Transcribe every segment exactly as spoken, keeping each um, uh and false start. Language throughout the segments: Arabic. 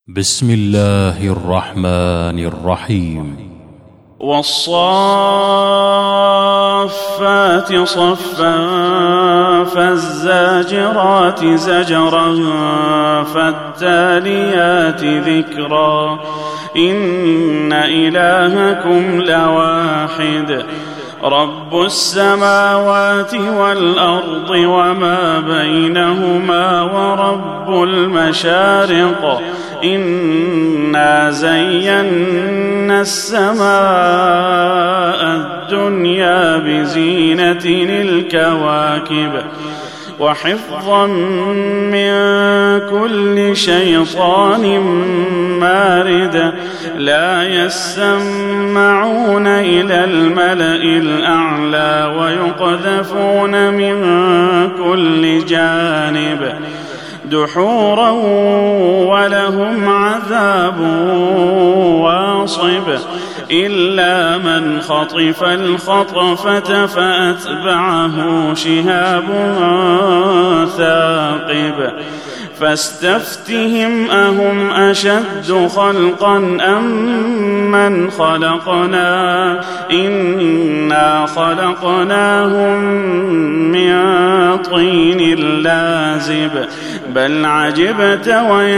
بسم الله الرحمن الرحيم. والصافات صفا فالزاجرات زجرا فالتاليات ذكرا إن إلهكم لواحد رب السماوات والأرض وما بينهما ورب المشارق إنا زينا السماء الدنيا بزينة الكواكب وحفظا من كل شيطان مارد لا يسمعون إلى الملأ الأعلى ويقذفون من كل جانب دحورا ولهم عذاب واصب إلا من خطف الخطفة فأتبعه شهاب ثاقب فاستفتهم أهم أشد خلقا أم من خلقنا إنا خلقناهم من طين لازب بل عجبت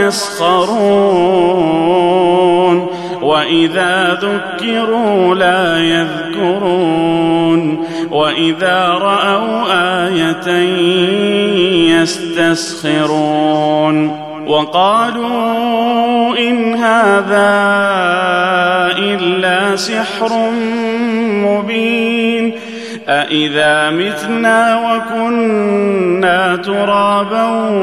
ويسخرون وإذا ذكروا لا يذكرون وإذا رأوا آية يستسخرون وقالوا إن هذا إلا سحر مبين أإذا متنا وكنا ترابا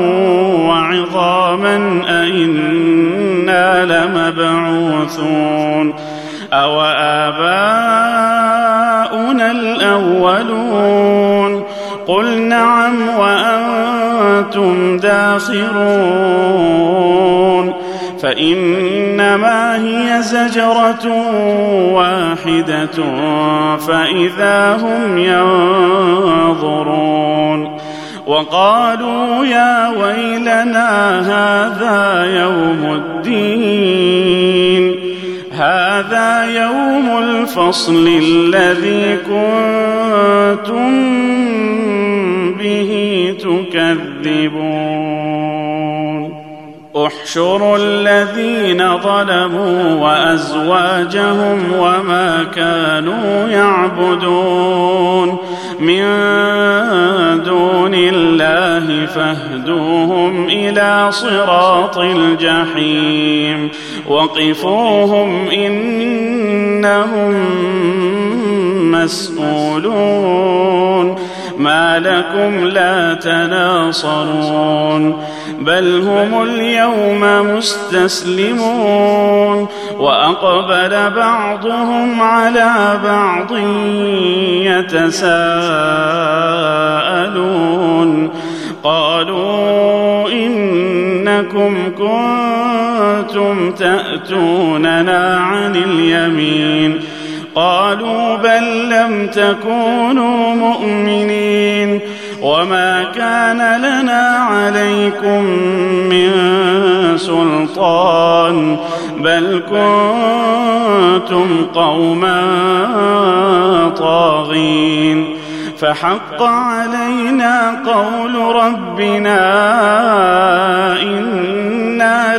وعظاما أإنا لمبعوثون أو آباؤنا الأولون قل نعم وأنتم داخرون فإنما هي زجرة واحدة فإذا هم ينظرون وقالوا يا ويلنا هذا يوم الدين هذا يوم الفصل الذي كنتم به تكذبون احشروا الذين ظلموا وأزواجهم وما كانوا يعبدون من دون الله فاهدوهم إلى صراط الجحيم وقفوهم إنهم مسؤولون ما لكم لا تناصرون بل هم اليوم مستسلمون وأقبل بعضهم على بعض يتساءلون قالوا إنكم كنتم تأتوننا عن اليمين قالوا بل لم تكونوا مؤمنين وما كان لنا عليكم من سلطان بل كنتم قوما طاغين فحق علينا قول ربنا إنا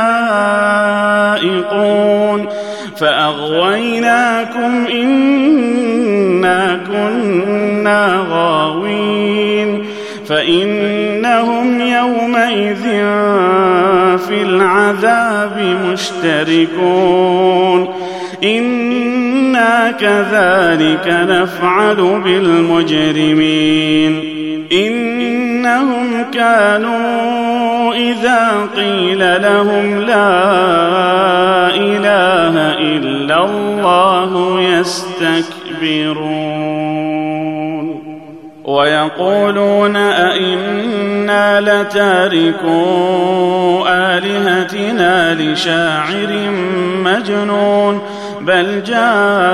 لذائقون فأغويناكم إنا كنا غاوين فإنهم يومئذ في العذاب مشتركون إنا كذلك نفعل بالمجرمين إنهم كانوا إذا قيل لهم لا إله إلا الله يستكبرون ويقولون أئنا لتاركو آلهتنا لشاعر مجنون بل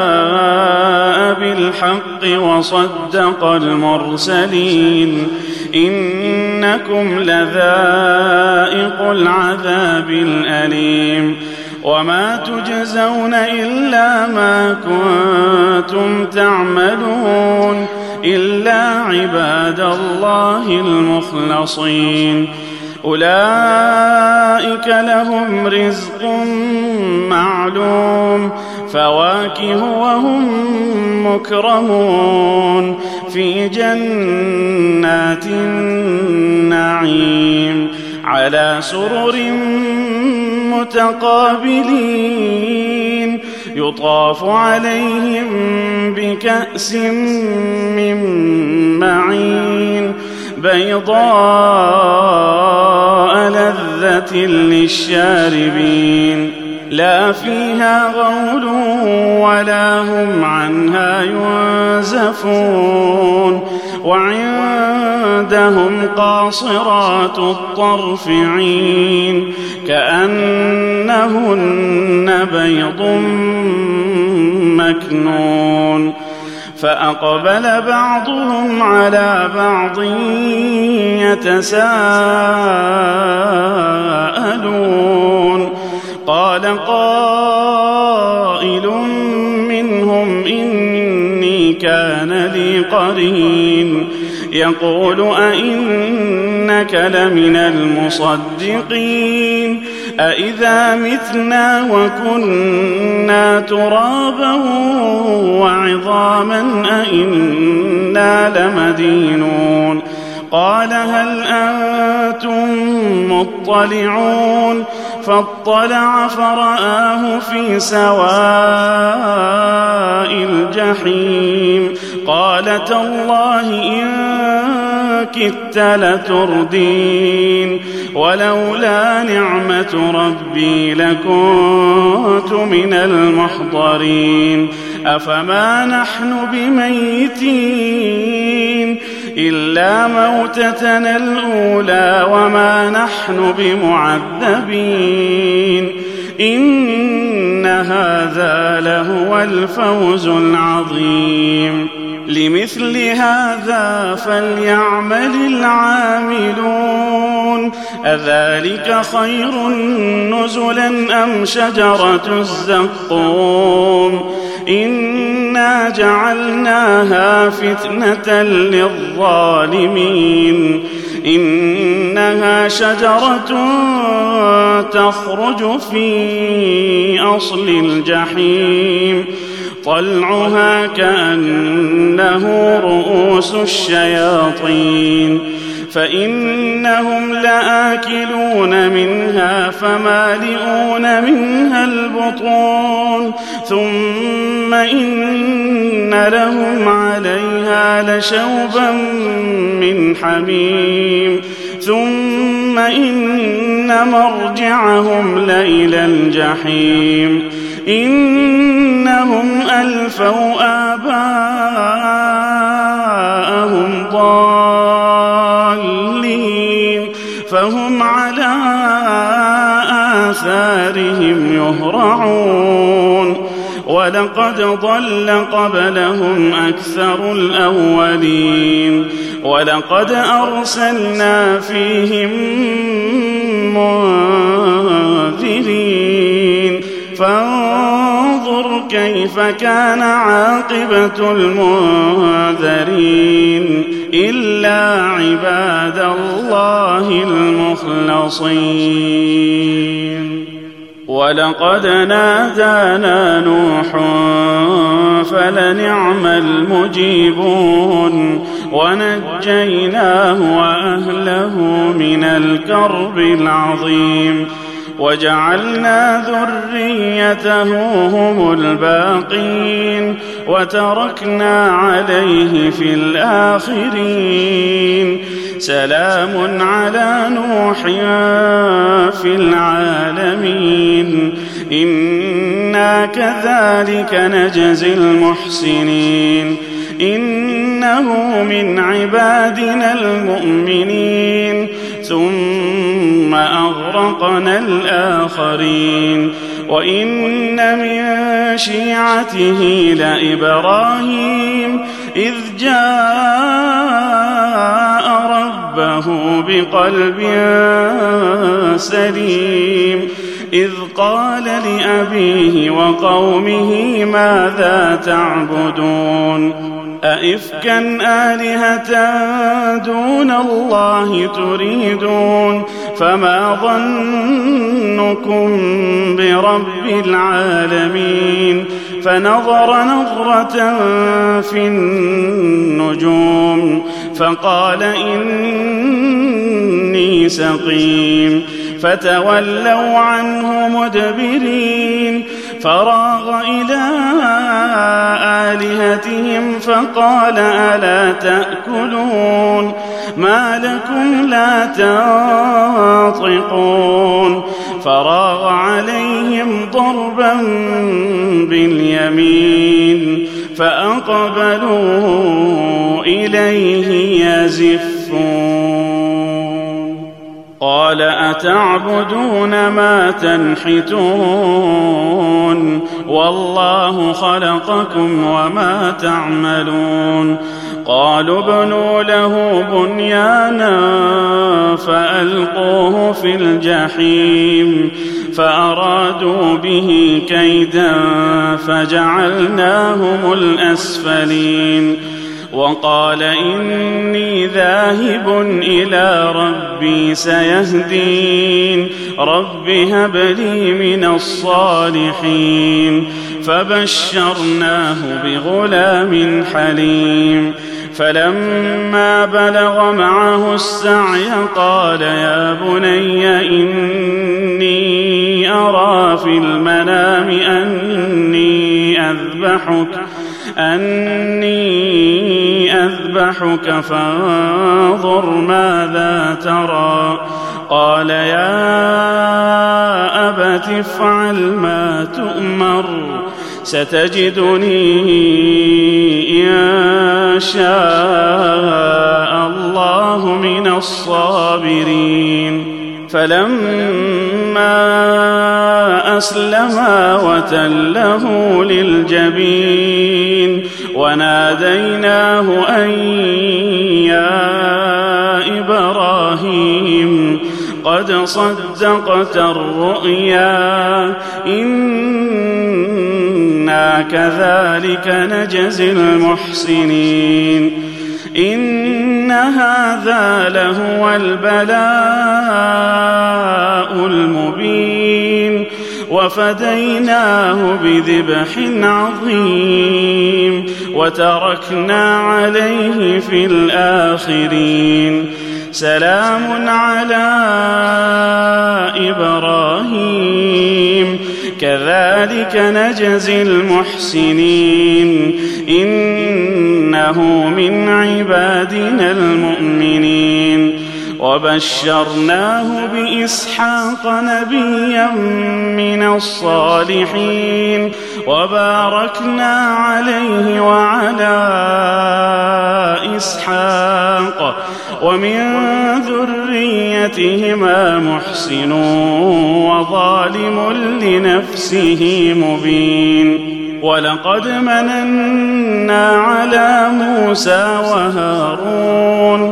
جاء بالحق وصدق المرسلين إنكم لذائق العذاب الأليم وما تجزون إلا ما كنتم تعملون إلا عباد الله المخلصين أولئك لهم رزق معلوم فواكه وهم مكرمون في جنات النعيم على سرر متقابلين يطاف عليهم بكأس من معين بيضاء لذة للشاربين لا فيها غول ولا هم عنها ينزفون وعندهم قاصرات الطرف عين كأنهن بيض مكنون فأقبل بعضهم على بعض يتساءلون قال قائل منهم إني كان لي قرين يقول أئنك لمن المصدقين أإذا متنا وكنا ترابا وعظاما أئنا لمدينون قال هل أنتم مطلعون فاطلع فرآه في سواء الجحيم قال تالله إن كدت لتردين ولولا نعمة ربي لكنت من المحضرين أفما نحن بميتين إلا موتتنا الأولى وما نحن بمعذبين إن هذا لهو الفوز العظيم لمثل هذا فليعمل العاملون أذلك خير نزلا أم شجرة الزقوم إنا جعلناها فتنة للظالمين إنها شجرة تخرج في أصل الجحيم طلعها كأنه رؤوس الشياطين فإنهم لآكلون منها فمالئون منها البطون ثم إن لهم عليها لشوبا من حميم ثم إن مرجعهم لإلى الجحيم إنهم ألفوا آباءهم ضالين فهم على آثارهم يهرعون ولقد ضل قبلهم أكثر الأولين ولقد أرسلنا فيهم منذرين فانظر كيف كان عاقبة المنذرين إلا عباد الله المخلصين ولقد نادانا نوح فلنعم المجيبون ونجيناه وأهله من الكرب العظيم وجعلنا ذريته هم الباقين وتركنا عليه في الآخرين سلام على نوح في العالمين إنا كذلك نجزي المحسنين إنه من عبادنا المؤمنين ثم أغرقنا الآخرين وإن من شيعته لإبراهيم إذ جاء ربه ربه بقلب سليم إذ قال لأبيه وقومه ماذا تعبدون أئفكا آلهة دون الله تريدون فما ظنكم برب العالمين فنظر نظرة في النجوم فقال إني سقيم فتولوا عنه مدبرين فراغ إلى آلهتهم فقال ألا تأكلون ما لكم لا تنطقون فراغ عليهم ضربا باليمين فأقبلوا إليه يزفون قال أتعبدون ما تنحتون والله خلقكم وما تعملون قالوا ابنوا له بنيانا فألقوه في الجحيم فأرادوا به كيدا فجعلناهم الأسفلين وقال إني ذاهب إلى ربي سيهدين رب هب لي من الصالحين فبشرناه بغلام حليم فلما بلغ معه السعي قال يا بني إني أرى في المنام أني أذبحك أني أذبحك فانظر ماذا ترى قال يا أبت افعل ما تؤمر ستجدني إن شاء الله من الصابرين فلما أسلما وتله للجبين وناديناه أن يا إبراهيم قد صدقت الرؤيا إنا كذلك نجزي المحسنين إن هذا لهو البلاء المبين وفديناه بذبح عظيم وتركنا عليه في الآخرين سلام على إبراهيم كذلك نجزي المحسنين إنه من عبادنا المؤمنين وبشرناه بإسحاق نبيا من الصالحين وباركنا عليه وعلى إسحاق ومن ذريتهما محسن وظالم لنفسه مبين ولقد مننا على موسى وهارون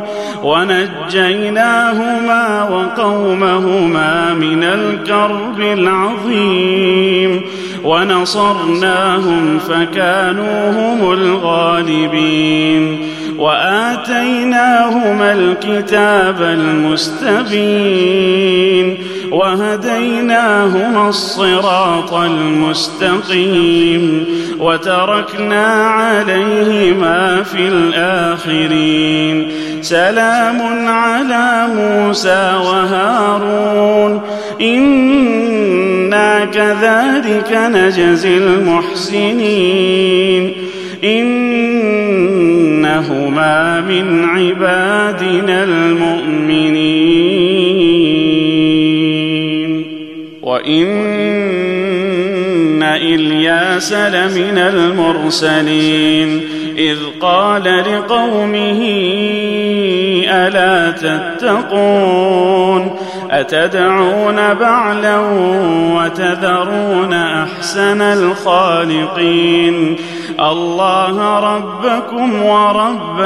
ونجيناهما وقومهما من الكرب العظيم ونصرناهم فكانوا هم الغالبين وآتيناهما الكتاب المستبين وهديناهما الصراط المستقيم وتركنا عليهما في الآخرين سلام على موسى وهارون إنا كذلك نجزي المحسنين إنهما من عبادنا المؤمنين وإن إلياس لمن المرسلين إذ قال لقومه ألا تتقون أتدعون بعلا وتذرون أحسن الخالقين الله ربكم ورب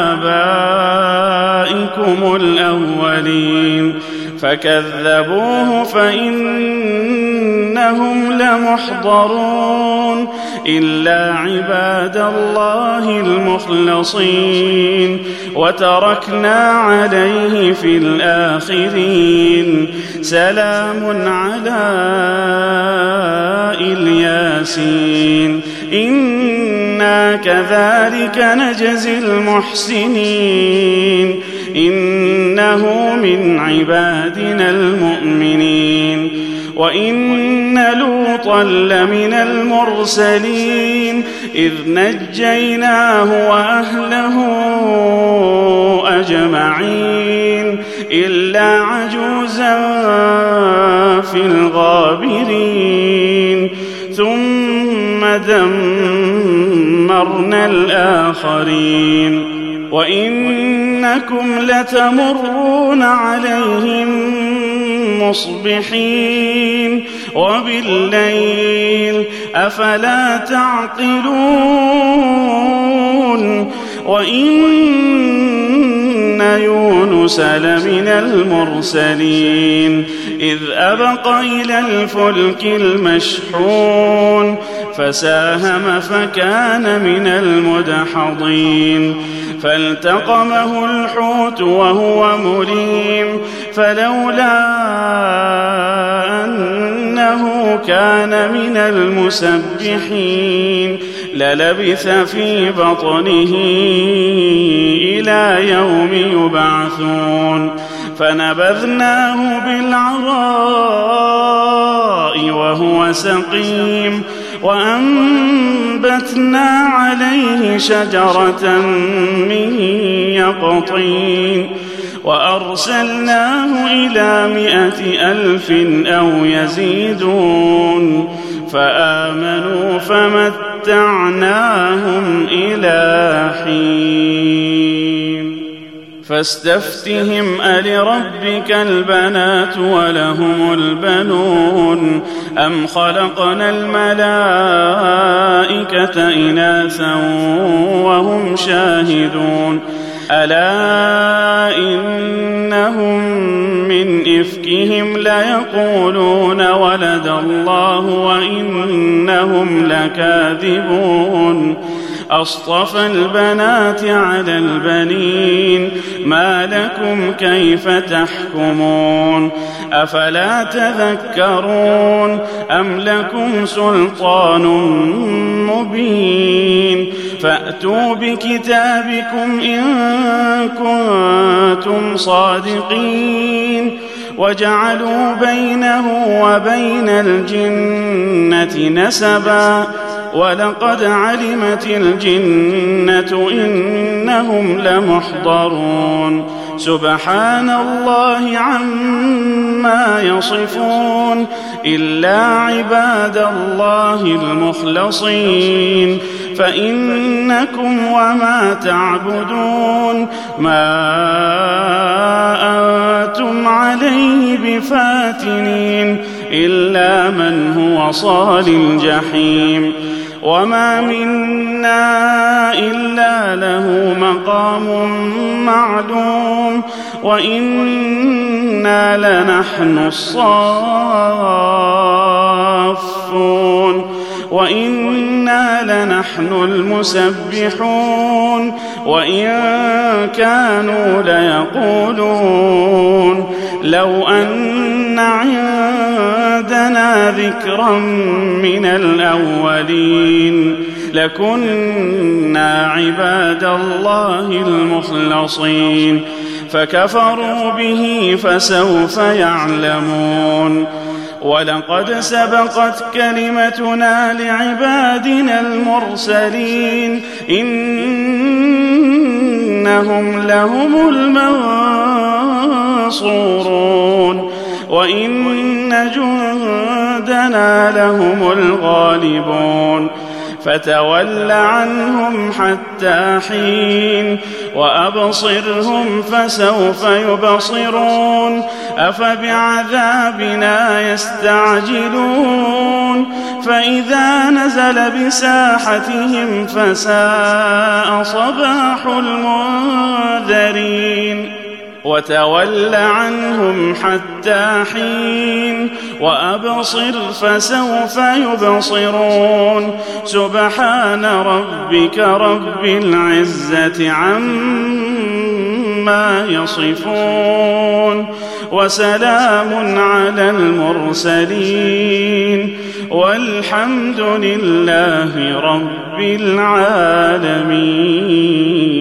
آبائكم الأولين فكذبوه فإنهم لمحضرون إلا عباد الله المخلصين وتركنا عليه في الآخرين سلام على الياسين إنا كذلك نجزي المحسنين إنه من عبادنا المؤمنين وإن لوطا لمن المرسلين إذ نجيناه وأهله أجمعين إلا عجوزا في الغابرين ثم دمرنا الآخرين وإنكم لتمرون عليهم مصبحين وبالليل أفلا تعقلون وإن يونس لمن المرسلين إذ أبق إلى الفلك المشحون فساهم فكان من المدحضين فالتقمه الحوت وهو مليم فلولا أنه كان من المسبحين للبث في بطنه إلى يوم يبعثون فنبذناه بالعراء وهو سقيم وأنبتنا عليه شجرة من يقطين وأرسلناه إلى مائة ألف أو يزيدون فآمنوا فمتعناهم إلى حين فاستفتهم ألربك البنات ولهم البنون أم خلقنا الملائكة إناثا وهم شاهدون ألا إنهم من إفكهم ليقولون ولد الله وإنهم لكاذبون أصطفى البنات على البنين ما لكم كيف تحكمون أفلا تذكرون أم لكم سلطان مبين فأتوا بكتابكم إن كنتم صادقين وجعلوا بينه وبين الجنة نسبا ولقد علمت الجنة إنهم لمحضرون سبحان الله عما يصفون إلا عباد الله المخلصين فإنكم وما تعبدون ما أنتم عليه بفاتنين إلا من هو صال الجحيم وما منا إلا له مقام معلوم وإنا لنحن الصافون وإنا لنحن المسبحون وإن كانوا ليقولون لو أن عندنا ذكرا من الأولين لكنا عباد الله المخلصين فكفروا به فسوف يعلمون ولقد سبقت كلمتنا لعبادنا المرسلين إنهم لهم المنصورون وإن جندنا لهم الغالبون فتول عنهم حتى حين وأبصرهم فسوف يبصرون أفبعذابنا يستعجلون فإذا نزل بساحتهم فساء صباح المنذرين وتول عنهم حتى حين وأبصر فسوف يبصرون سبحان ربك رب العزة عما يصفون وسلام على المرسلين والحمد لله رب العالمين.